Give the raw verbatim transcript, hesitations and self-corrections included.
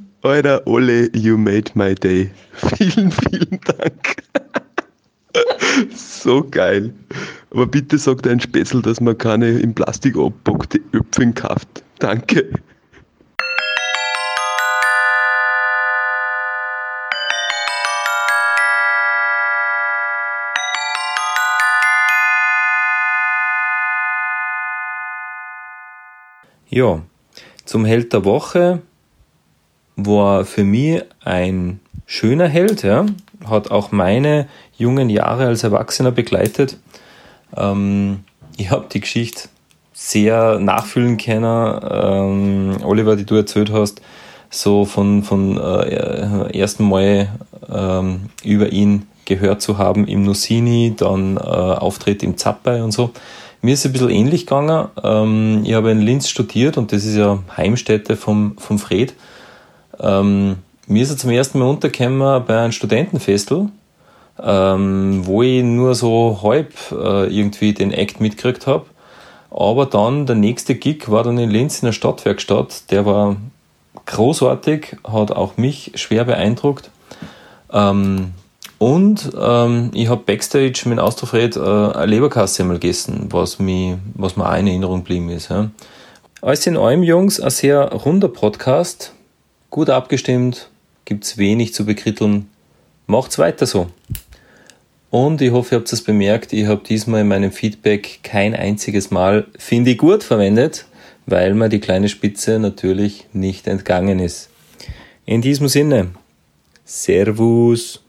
Alter, Ole, you made my day. Vielen, vielen Dank. So geil. Aber bitte sag dein Spätzl, dass man keine in Plastik abgepackte Äpfel kauft. Danke. Ja, zum Held der Woche war für mich ein schöner Held, ja, hat auch meine jungen Jahre als Erwachsener begleitet. Ähm, ich habe die Geschichte sehr nachfühlen können, ähm, Oliver, die du erzählt hast, so von, von äh, ersten Mal ähm, über ihn gehört zu haben im Nussini, dann äh, Auftritt im Zappei und so. Mir ist es ein bisschen ähnlich gegangen. Ähm, ich habe in Linz studiert und das ist ja Heimstätte vom, vom Fred. Ähm, mir ist er zum ersten Mal untergekommen bei einem Studentenfestel, ähm, wo ich nur so halb äh, irgendwie den Act mitgekriegt habe. Aber dann der nächste Gig war dann in Linz in der Stadtwerkstatt. Der war großartig, hat auch mich schwer beeindruckt. Ähm, Und ähm, ich habe Backstage mit Austrofred äh, eine Leberkassemmel gegessen, was, mich, was mir auch in Erinnerung geblieben ist. Ja. Alles in allem, Jungs, ein sehr runder Podcast, gut abgestimmt, gibt's wenig zu bekritteln. Macht's weiter so. Und ich hoffe, ihr habt es bemerkt, ich habe diesmal in meinem Feedback kein einziges Mal finde ich gut verwendet, weil mir die kleine Spitze natürlich nicht entgangen ist. In diesem Sinne, Servus.